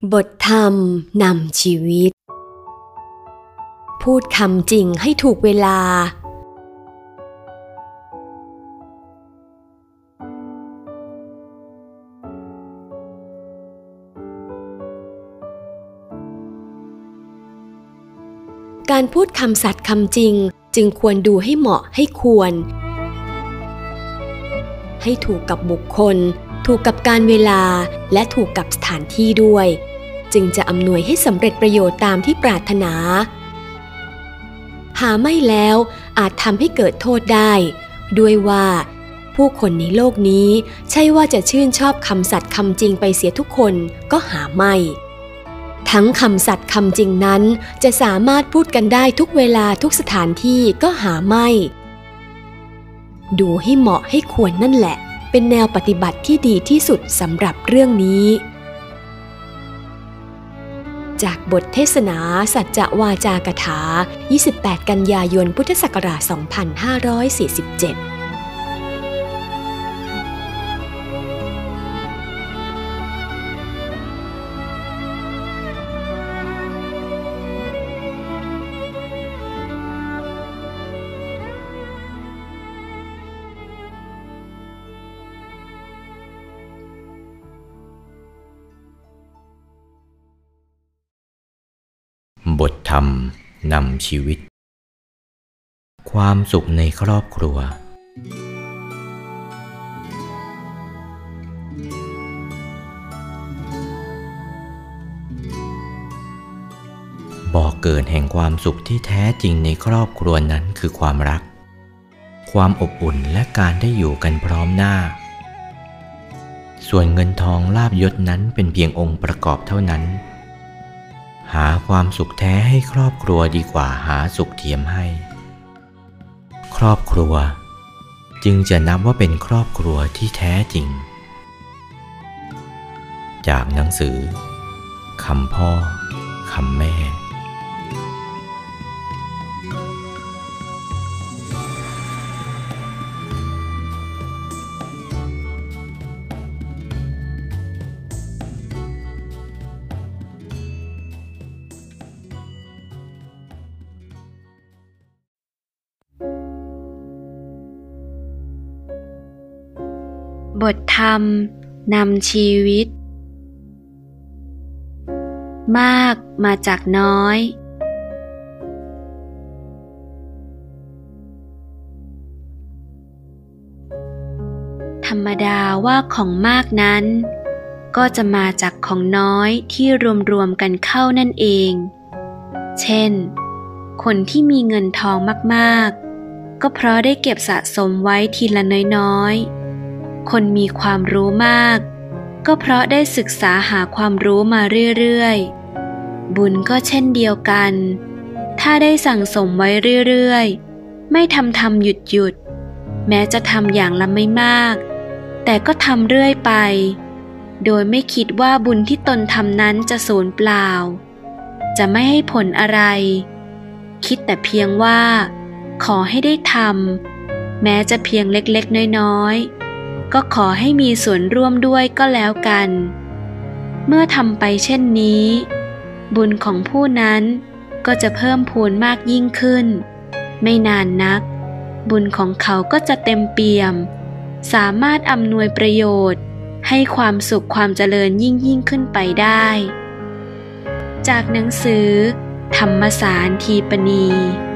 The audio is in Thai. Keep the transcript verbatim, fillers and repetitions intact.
บทธรรมนำชีวิตพูดคำจริงให้ถูกเวลาการพูดคำสัตย์คำจริงจึงควรดูให้เหมาะให้ควรให้ถูกกับบุคคลถูกกับการเวลาและถูกกับสถานที่ด้วยจึงจะอำนวยให้สำเร็จประโยชน์ตามที่ปรารถนาหาไม่แล้วอาจทำให้เกิดโทษได้ด้วยว่าผู้คนในโลกนี้ใช่ว่าจะชื่นชอบคำสัตย์คำจริงไปเสียทุกคนก็หาไม่ทั้งคำสัตย์คำจริงนั้นจะสามารถพูดกันได้ทุกเวลาทุกสถานที่ก็หาไม่ดูให้เหมาะให้ควรนั่นแหละเป็นแนวปฏิบัติที่ดีที่สุดสำหรับเรื่องนี้จากบทเทศนาสัจจวาจากถายี่สิบแปดกันยายนพุทธศักราชสองพันห้าร้อยสี่สิบเจ็ดบทธรรมนำชีวิตความสุขในครอบครัวบ่อเกิดแห่งความสุขที่แท้จริงในครอบครัวนั้นคือความรักความอบอุ่นและการได้อยู่กันพร้อมหน้าส่วนเงินทองลาภยศนั้นเป็นเพียงองค์ประกอบเท่านั้นหาความสุขแท้ให้ครอบครัวดีกว่าหาสุขเทียมให้ครอบครัวจึงจะนับว่าเป็นครอบครัวที่แท้จริงจากหนังสือคำพ่อคำแม่บทธรรมนำชีวิตมากมาจากน้อยธรรมดาว่าของมากนั้นก็จะมาจากของน้อยที่รวมๆกันเข้านั่นเองเช่นคนที่มีเงินทองมากๆก็เพราะได้เก็บสะสมไว้ทีละน้อยๆคนมีความรู้มากก็เพราะได้ศึกษาหาความรู้มาเรื่อยๆบุญก็เช่นเดียวกันถ้าได้สั่งสมไว้เรื่อยๆไม่ทำทำหยุดหยุดแม้จะทำอย่างละไม่มากแต่ก็ทำเรื่อยไปโดยไม่คิดว่าบุญที่ตนทำนั้นจะสูญเปล่าจะไม่ให้ผลอะไรคิดแต่เพียงว่าขอให้ได้ทำแม้จะเพียงเล็กๆน้อยๆก็ขอให้มีส่วนร่วมด้วยก็แล้วกันเมื่อทำไปเช่นนี้บุญของผู้นั้นก็จะเพิ่มพูนมากยิ่งขึ้นไม่นานนักบุญของเขาก็จะเต็มเปี่ยมสามารถอำนวยประโยชน์ให้ความสุขความเจริญยิ่งยิ่งขึ้นไปได้จากหนังสือธรรมสารทีปณี